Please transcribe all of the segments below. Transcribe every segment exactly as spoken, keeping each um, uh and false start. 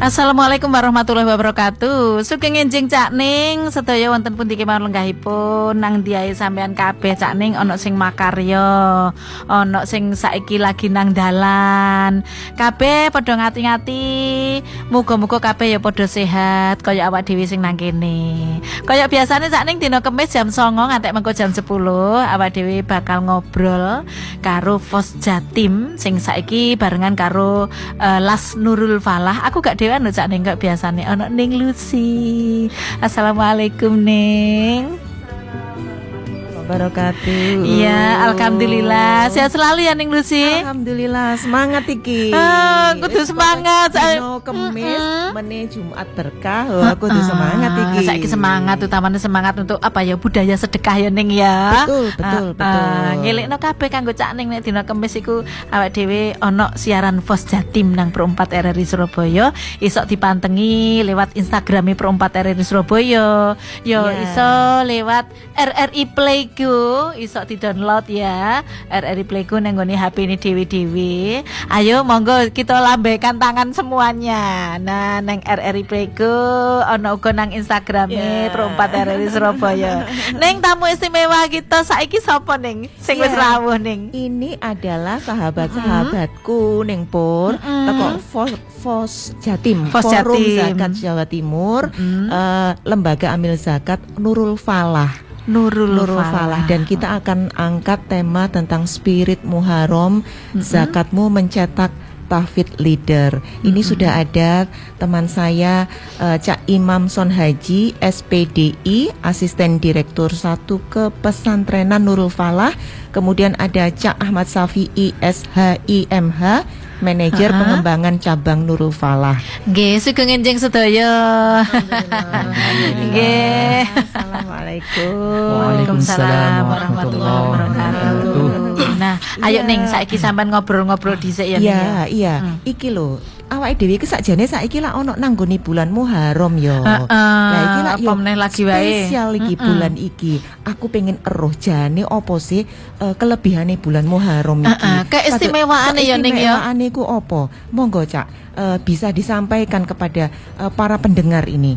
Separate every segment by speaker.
Speaker 1: Assalamualaikum warahmatullahi wabarakatuh. Sugeng enjing Cak Ning sedaya wonten pundi kemawon lenggahipun nang diae sampean kabeh Cak Ning, ana sing makarya, ana sing saiki lagi nang dalan. Kabeh padha ngati-ngati. Muga-muga kabeh ya padha sehat kaya awak dhewe sing nang kene. Kaya biasane Cak Ning dina Kamis jam songo ngantek mengko jam sepuluh awak dhewe bakal ngobrol karo Fos Jatim sing saiki barengan karo uh, Las Nurul Falah. Aku gak dewan lho Cak Ning, gak biasane ono Ning Lucy. Assalamualaikum Ning.
Speaker 2: Wabarakatuh.
Speaker 1: Iya, alhamdulillah. Sehat selalu ya Ning Lucy.
Speaker 2: Alhamdulillah, semangat iki.
Speaker 1: Ah, kudu semangat.
Speaker 2: Dino Kemis, mm-hmm. meneh Jumat berkah. Oh, aku kudu semangat iki.
Speaker 1: Saiki semangat, utamanya semangat untuk apa ya, budaya sedekah ya Ning ya.
Speaker 2: Betul, betul,
Speaker 1: ah,
Speaker 2: betul.
Speaker 1: Ah, ngelekno kabeh kanggo Cak Ning nek dina Kemis iku awak dhewe ono siaran Fos Jatim nang Pro empat R R I Surabaya. Iso dipantengi lewat Instagrame Pro empat R R I Surabaya. Yo yeah. Iso lewat R R I Play Go, iso di-download ya R R I Play Go nang nggone H P ini dewe-dewe. Ayo monggo kita lambaikan tangan semuanya. Nah, nang R R I Play Go ono uga nang Instagrame yeah. Pro empat R R I Surabaya. Neng tamu istimewa kita saiki sapa Ning? Sing wis yeah. rawuh Ning.
Speaker 2: Ini adalah sahabat-sahabatku Ning Pur, mm-hmm. teko Fos, Fos Jatim,
Speaker 1: Fos
Speaker 2: Forum
Speaker 1: Jatim.
Speaker 2: Zakat Jawa Timur,
Speaker 1: mm-hmm.
Speaker 2: uh, Lembaga Amil Zakat Nurul Falah.
Speaker 1: Nurul,
Speaker 2: Nurul Falah, dan kita akan angkat tema tentang spirit Muharram, mm-hmm. zakatmu mencetak tahfidz leader. Ini mm-hmm. sudah ada teman saya uh, Cak Imam Son Haji S P D I, asisten direktur satu Kepesantrenan Nurul Falah. Kemudian ada Cak Ahmad Safi'i S H I M H, manajer uh-huh. pengembangan cabang Nurul Falah.
Speaker 1: Nggih, sugeng enjing sedaya. Nggih.
Speaker 2: Assalamualaikum.
Speaker 1: Waalaikumsalam warahmatullahi wabarakatuh. Nah, ayo
Speaker 2: ya.
Speaker 1: Ning saiki sampean ngobrol-ngobrol dhisik ya Ning.
Speaker 2: Iya, iya.
Speaker 1: Hmm.
Speaker 2: Iki lho, awake dhewe iki sakjane saiki lak ono nang nggone bulan Muharram yo.
Speaker 1: Heeh.
Speaker 2: Lah iki lak yo
Speaker 1: lagi wae.
Speaker 2: Spesial iki mm-mm. bulan iki. Aku pengen eruh jane opo sih uh, kelebihane bulan Muharram iki.
Speaker 1: Heeh. Keistimewaane ya Ning yo.
Speaker 2: Keistimewaane ku opo? Monggo Cak, uh, bisa disampaikan kepada uh, para pendengar ini.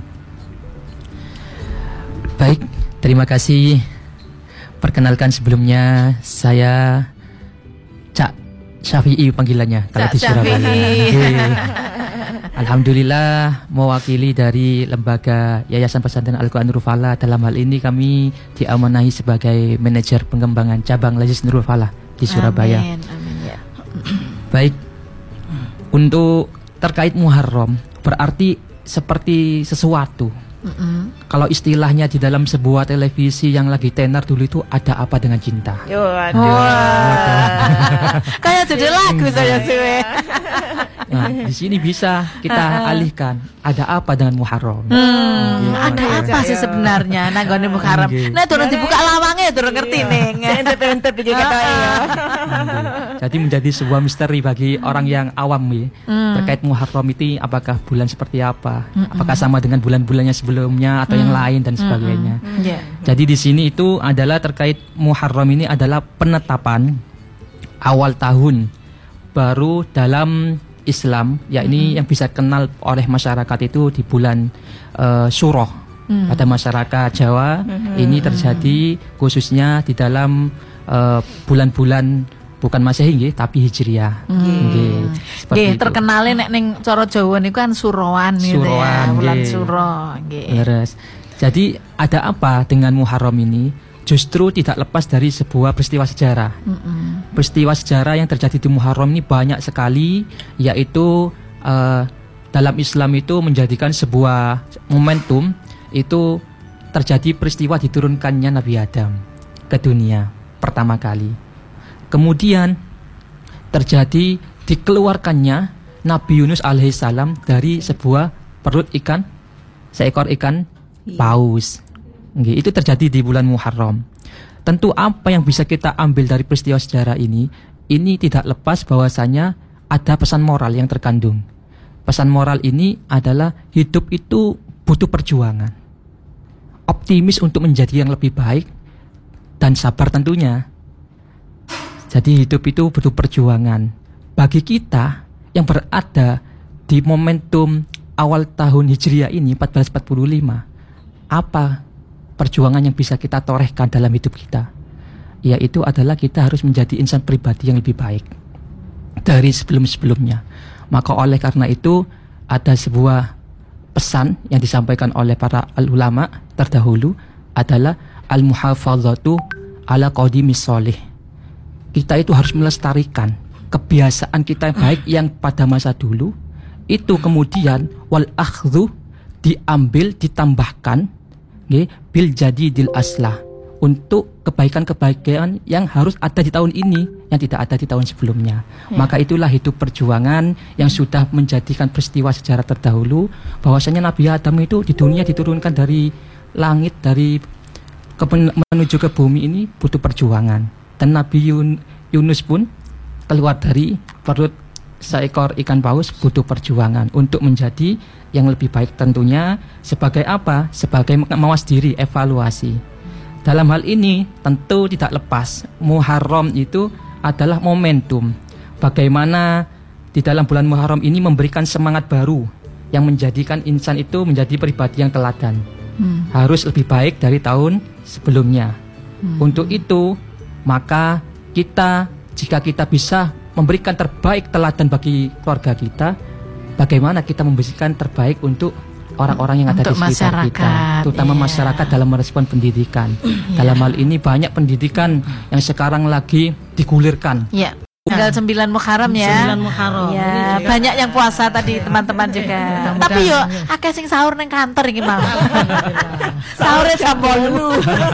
Speaker 3: Baik, terima kasih. Perkenalkan sebelumnya saya Cak Syafi'i panggilannya kalau
Speaker 1: Cak
Speaker 3: di Surabaya. Alhamdulillah mewakili dari lembaga Yayasan Pesantren Al-Quran Nurul Falah. Dalam hal ini kami diamanahi sebagai manajer pengembangan cabang Lazis Nurul Falah di Surabaya.
Speaker 1: Amin, amin ya.
Speaker 3: Baik, untuk terkait Muharram berarti seperti sesuatu. Mm-hmm. Kalau istilahnya di dalam sebuah televisi yang lagi tenar dulu itu ada apa dengan cinta.
Speaker 1: Yo, aduh. Wow. Kayak judul lagu saya suwe.
Speaker 3: Nah, di sini bisa kita alihkan ada apa dengan Muharram.
Speaker 1: Hmm, ada apa sih sebenarnya nang gone Muharram? Nah, turun dibuka lawangnya turun ngerti Ning.
Speaker 2: Ente-ente iki kata ya.
Speaker 3: Jadi menjadi sebuah misteri bagi orang yang awam ya. Hmm. Terkait Muharram itu apakah bulan seperti apa? Hmm. Apakah sama dengan bulan-bulannya sebelumnya atau hmm. yang lain dan sebagainya. Hmm. Yeah. Jadi di sini itu adalah terkait Muharram ini adalah penetapan awal tahun baru dalam Islam, yakni hmm. yang bisa kenal oleh masyarakat itu di bulan uh, Syuro. Hmm. Pada masyarakat Jawa hmm. ini terjadi khususnya di dalam uh, bulan-bulan bukan Masehi nggih, tapi Hijriah.
Speaker 1: Nggih. Nggih, terkenale nek ning cara Jawa niku kan Suroan gitu ya, bulan Suro nggih.
Speaker 3: Beres. Jadi ada apa dengan Muharram ini? Justru tidak lepas dari sebuah peristiwa sejarah. Mm-mm. Peristiwa sejarah yang terjadi di Muharram ini banyak sekali, yaitu uh, dalam Islam itu menjadikan sebuah momentum itu terjadi peristiwa diturunkannya Nabi Adam ke dunia pertama kali. Kemudian terjadi dikeluarkannya Nabi Yunus alaihissalam dari sebuah perut ikan, seekor ikan paus. Itu terjadi di bulan Muharram. Tentu apa yang bisa kita ambil dari peristiwa sejarah ini, ini tidak lepas bahwasanya ada pesan moral yang terkandung. Pesan moral ini adalah hidup itu butuh perjuangan, optimis untuk menjadi yang lebih baik, dan sabar tentunya. Jadi hidup itu butuh perjuangan. Bagi kita yang berada di momentum awal tahun Hijriah ini empat belas empat puluh lima, apa perjuangan yang bisa kita torehkan dalam hidup kita? Yaitu adalah kita harus menjadi insan pribadi yang lebih baik dari sebelum-sebelumnya. Maka oleh karena itu ada sebuah pesan yang disampaikan oleh para ulama terdahulu adalah al-muhafadzatu ala qadimis sholih. Kita itu harus melestarikan kebiasaan kita yang baik yang pada masa dulu, itu kemudian wal akhdhu, diambil, ditambahkan, okay, bil jadidil aslah, untuk kebaikan-kebaikan yang harus ada di tahun ini yang tidak ada di tahun sebelumnya. Ya. Maka itulah hidup perjuangan yang sudah menjadikan peristiwa sejarah terdahulu bahwasanya Nabi Adam itu di dunia diturunkan dari langit, dari ke, menuju ke bumi ini butuh perjuangan. Dan Nabi Yun, Yunus pun keluar dari perut seekor ikan paus butuh perjuangan untuk menjadi yang lebih baik tentunya. Sebagai apa? Sebagai mawas diri, evaluasi. Dalam hal ini tentu tidak lepas Muharram itu adalah momentum bagaimana di dalam bulan Muharram ini memberikan semangat baru yang menjadikan insan itu menjadi pribadi yang teladan. Hmm. Harus lebih baik dari tahun sebelumnya. Hmm. Untuk itu maka kita, jika kita bisa memberikan terbaik teladan bagi keluarga kita, bagaimana kita memberikan terbaik untuk orang-orang yang ada untuk di sekitar kita, terutama iya. masyarakat dalam merespon pendidikan. Iya. Dalam hal ini banyak pendidikan yang sekarang lagi digulirkan.
Speaker 1: Iya. Tanggal sembilan Muharram ya. sembilan Muharram. Ya, banyak yang puasa tadi teman-teman juga. Tapi yo akeh sing sahur nang kantor iki mau. Sahur jam delapan.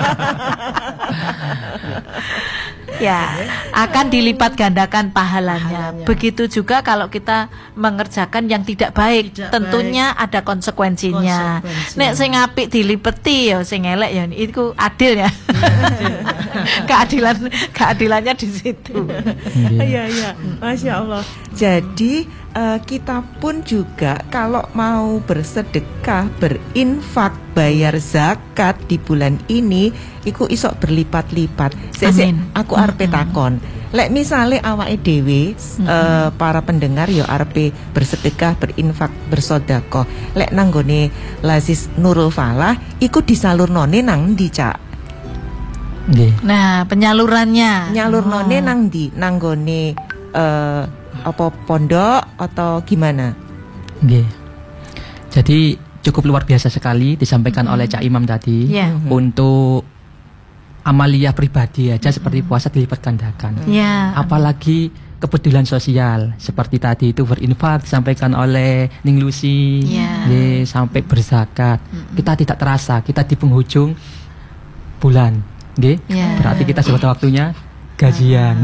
Speaker 1: Ya, akan dilipat gandakan pahalanya. pahalanya. Begitu juga kalau kita mengerjakan yang tidak baik, tidak tentunya baik. Ada konsekuensinya. Konsekuensi. Nek sing apik dilipeti ya sing elek ya itu adil ya. Keadilan keadilannya di situ.
Speaker 2: Iya iya, Masya Allah. Jadi uh, kita pun juga kalau mau bersedekah, berinfak, bayar zakat di bulan ini, iku isok berlipat-lipat. Sesek aku arepe takon. Lek misale awake dhewe uh, para pendengar ya arepe bersedekah, berinfak, bersedekah. Lek nanggone Lazis Nurul Falah iku disalurnone nang ndi, Cak?
Speaker 1: Nggih. Nah, penyalurannya.
Speaker 2: Nyalurnone oh. nang ndi? Nanggone uh, apa pondok atau gimana?
Speaker 3: Nggih. Jadi cukup luar biasa sekali disampaikan mm-hmm. oleh Cak Imam tadi yeah. untuk amalia pribadi aja mm-hmm. seperti puasa dilipat gandakan.
Speaker 1: Yeah.
Speaker 3: Apalagi kepedulian sosial seperti tadi itu berinfak disampaikan oleh Ning Lucy, yeah. Ye, sampai berzakat. Mm-hmm. Kita tidak terasa kita di penghujung bulan, nggih. Yeah. Berarti kita sudah waktunya gajian.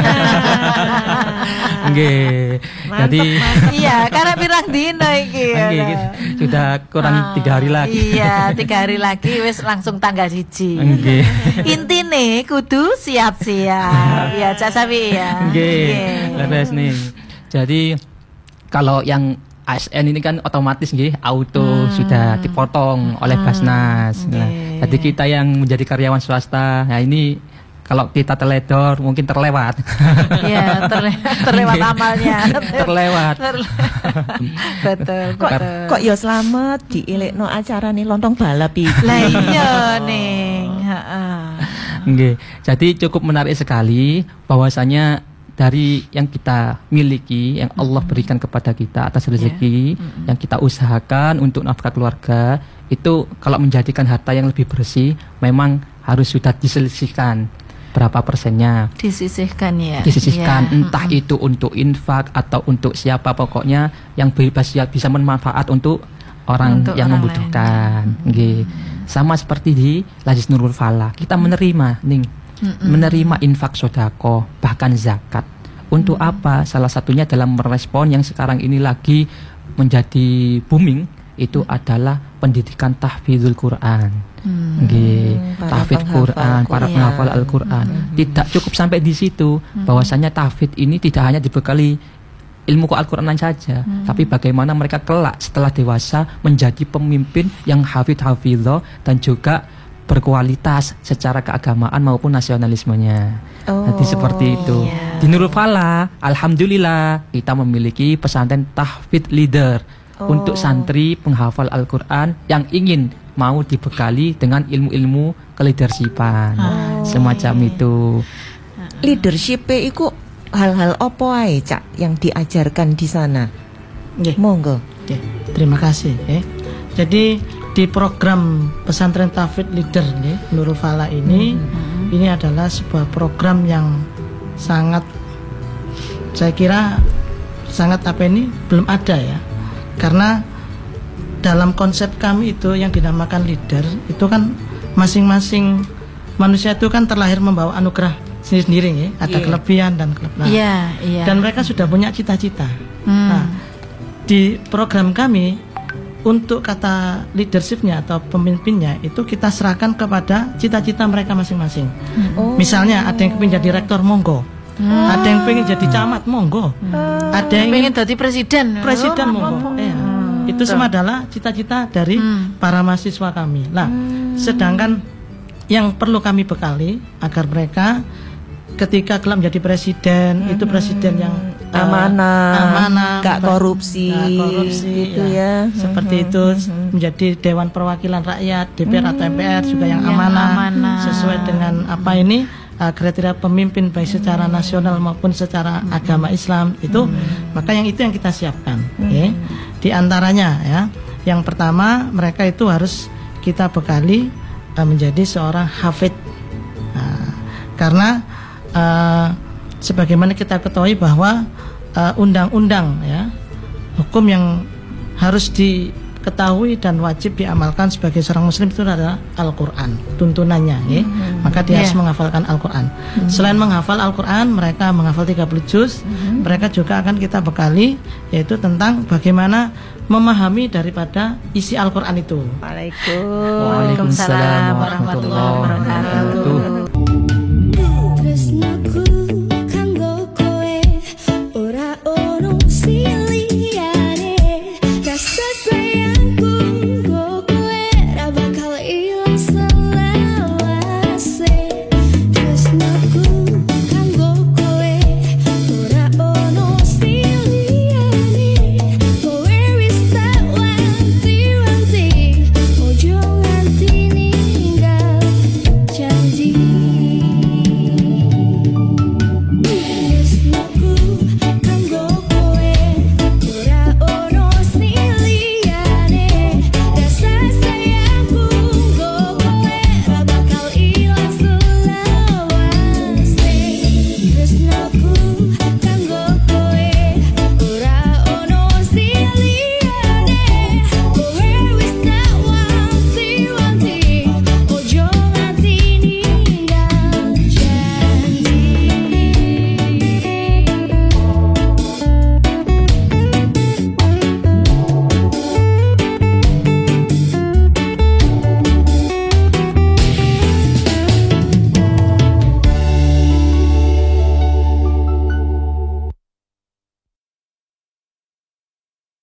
Speaker 3: Nggih. Jadi
Speaker 1: iya, karena pirang dino iki.
Speaker 3: Nggih, sudah kurang oh, tiga hari lagi.
Speaker 1: Iya, tiga hari lagi wis langsung tanggal siji.
Speaker 3: Nggih.
Speaker 1: Intine kudu siap-siap. Ya, Cak Sawi ya.
Speaker 3: Nggih. Leres nih. Jadi kalau yang A S N ini kan otomatis nggih auto hmm. sudah dipotong oleh Basnas. Hmm. Nah, jadi kita yang menjadi karyawan swasta, nah ini kalau kita teledor mungkin terlewat.
Speaker 1: Iya, terle- terlewat amalnya.
Speaker 3: terlewat.
Speaker 1: Betul.
Speaker 2: Kok kok ya selamat diilekno acara nih lontong balap iki.
Speaker 1: Lah iya ning, heeh.
Speaker 3: Nggih. Jadi cukup menarik sekali bahwasanya dari yang kita miliki, yang Allah berikan kepada kita atas rezeki, yeah. yang kita usahakan untuk nafkah keluarga, itu kalau menjadikan harta yang lebih bersih, memang harus sudah diselisihkan berapa persennya.
Speaker 1: Disisihkan ya.
Speaker 3: Disisihkan,
Speaker 1: yeah.
Speaker 3: entah mm-hmm. itu untuk infak atau untuk siapa, pokoknya yang bebas bisa bermanfaat untuk orang untuk yang orang membutuhkan. Mm-hmm. Sama seperti di Lazis Nurul Falah, kita menerima nih. Mm-mm. menerima infak sodako bahkan zakat untuk mm-hmm. apa? Salah satunya dalam merespon yang sekarang ini lagi menjadi booming itu mm-hmm. adalah pendidikan tahfidzul Quran. Mm-hmm. Tahfidz Quran, para penghafal Al-Quran. Mm-hmm. Tidak cukup sampai di situ, mm-hmm. bahwasanya tahfidz ini tidak hanya dibekali ilmu Al-Quranan saja, mm-hmm. tapi bagaimana mereka kelak setelah dewasa menjadi pemimpin yang hafidz-hafidz dan juga berkualitas secara keagamaan maupun nasionalismenya. Oh, Jadi seperti itu.
Speaker 1: Yeah.
Speaker 3: Di Nurul Falah, alhamdulillah kita memiliki pesantren tahfidz leader.
Speaker 2: Oh.
Speaker 3: untuk santri penghafal Al-Quran yang ingin mau dibekali dengan ilmu-ilmu keleadershipan,
Speaker 1: Oh.
Speaker 3: semacam itu.
Speaker 2: Leadership itu hal-hal apa ae Cak yang diajarkan di sana?
Speaker 4: Nggih.
Speaker 2: Monggo.
Speaker 4: Oke, terima kasih. Ya. Jadi di program pesantren Tahfidz Leader nih, Nurul Falah ini, hmm. ini adalah sebuah program yang sangat, saya kira sangat apa ini belum ada ya, karena dalam konsep kami itu yang dinamakan leader itu kan masing-masing manusia itu kan terlahir membawa anugerah sendiri-sendiri ya, ada
Speaker 2: Yeah.
Speaker 4: kelebihan dan kelebihan.
Speaker 1: Iya, iya.
Speaker 4: Dan mereka sudah punya cita-cita.
Speaker 1: Hmm.
Speaker 4: Nah, di program kami untuk kata leadershipnya atau pemimpinnya itu kita serahkan kepada cita-cita mereka masing-masing.
Speaker 2: Oh.
Speaker 4: Misalnya ada yang ingin jadi rektor, monggo. Ada yang pengen jadi camat, monggo. Ada yang
Speaker 1: pengen
Speaker 4: ingin
Speaker 1: jadi presiden.
Speaker 4: presiden,
Speaker 1: Oh,
Speaker 4: monggo.
Speaker 1: apa-apa.
Speaker 4: Iya.
Speaker 1: Hmm,
Speaker 4: Itu
Speaker 1: betul.
Speaker 4: semua adalah cita-cita dari
Speaker 1: Hmm.
Speaker 4: para mahasiswa kami. Nah, sedangkan yang perlu kami bekali agar mereka ketika kelak menjadi presiden, itu presiden yang uh,
Speaker 2: Amanah,
Speaker 4: amanah,
Speaker 2: gak
Speaker 4: ber-
Speaker 2: korupsi,
Speaker 4: gak korupsi,
Speaker 2: gitu ya.
Speaker 4: Seperti itu, menjadi Dewan Perwakilan Rakyat, D P R atau M P R juga yang
Speaker 1: Yang
Speaker 4: amanah,
Speaker 1: amanah.
Speaker 4: sesuai dengan apa ini uh, kriteria pemimpin baik secara nasional maupun secara agama Islam itu, maka yang itu yang kita siapkan. Ya. Di antaranya ya, yang pertama mereka itu harus kita bekali uh, menjadi seorang hafid. Nah, karena Uh, sebagaimana kita ketahui bahwa uh, undang-undang ya, hukum yang harus diketahui dan wajib diamalkan sebagai seorang muslim itu adalah Al-Quran, tuntunannya ya. Maka dia
Speaker 1: Yeah.
Speaker 4: harus menghafalkan Al-Quran. Selain menghafal Al-Quran, mereka menghafal tiga puluh juz. Mereka juga akan kita bekali yaitu tentang bagaimana memahami daripada isi Al-Quran itu.
Speaker 2: Waalaikumsalam.
Speaker 1: Waalaikumsalam warahmatullahi wabarakatuh.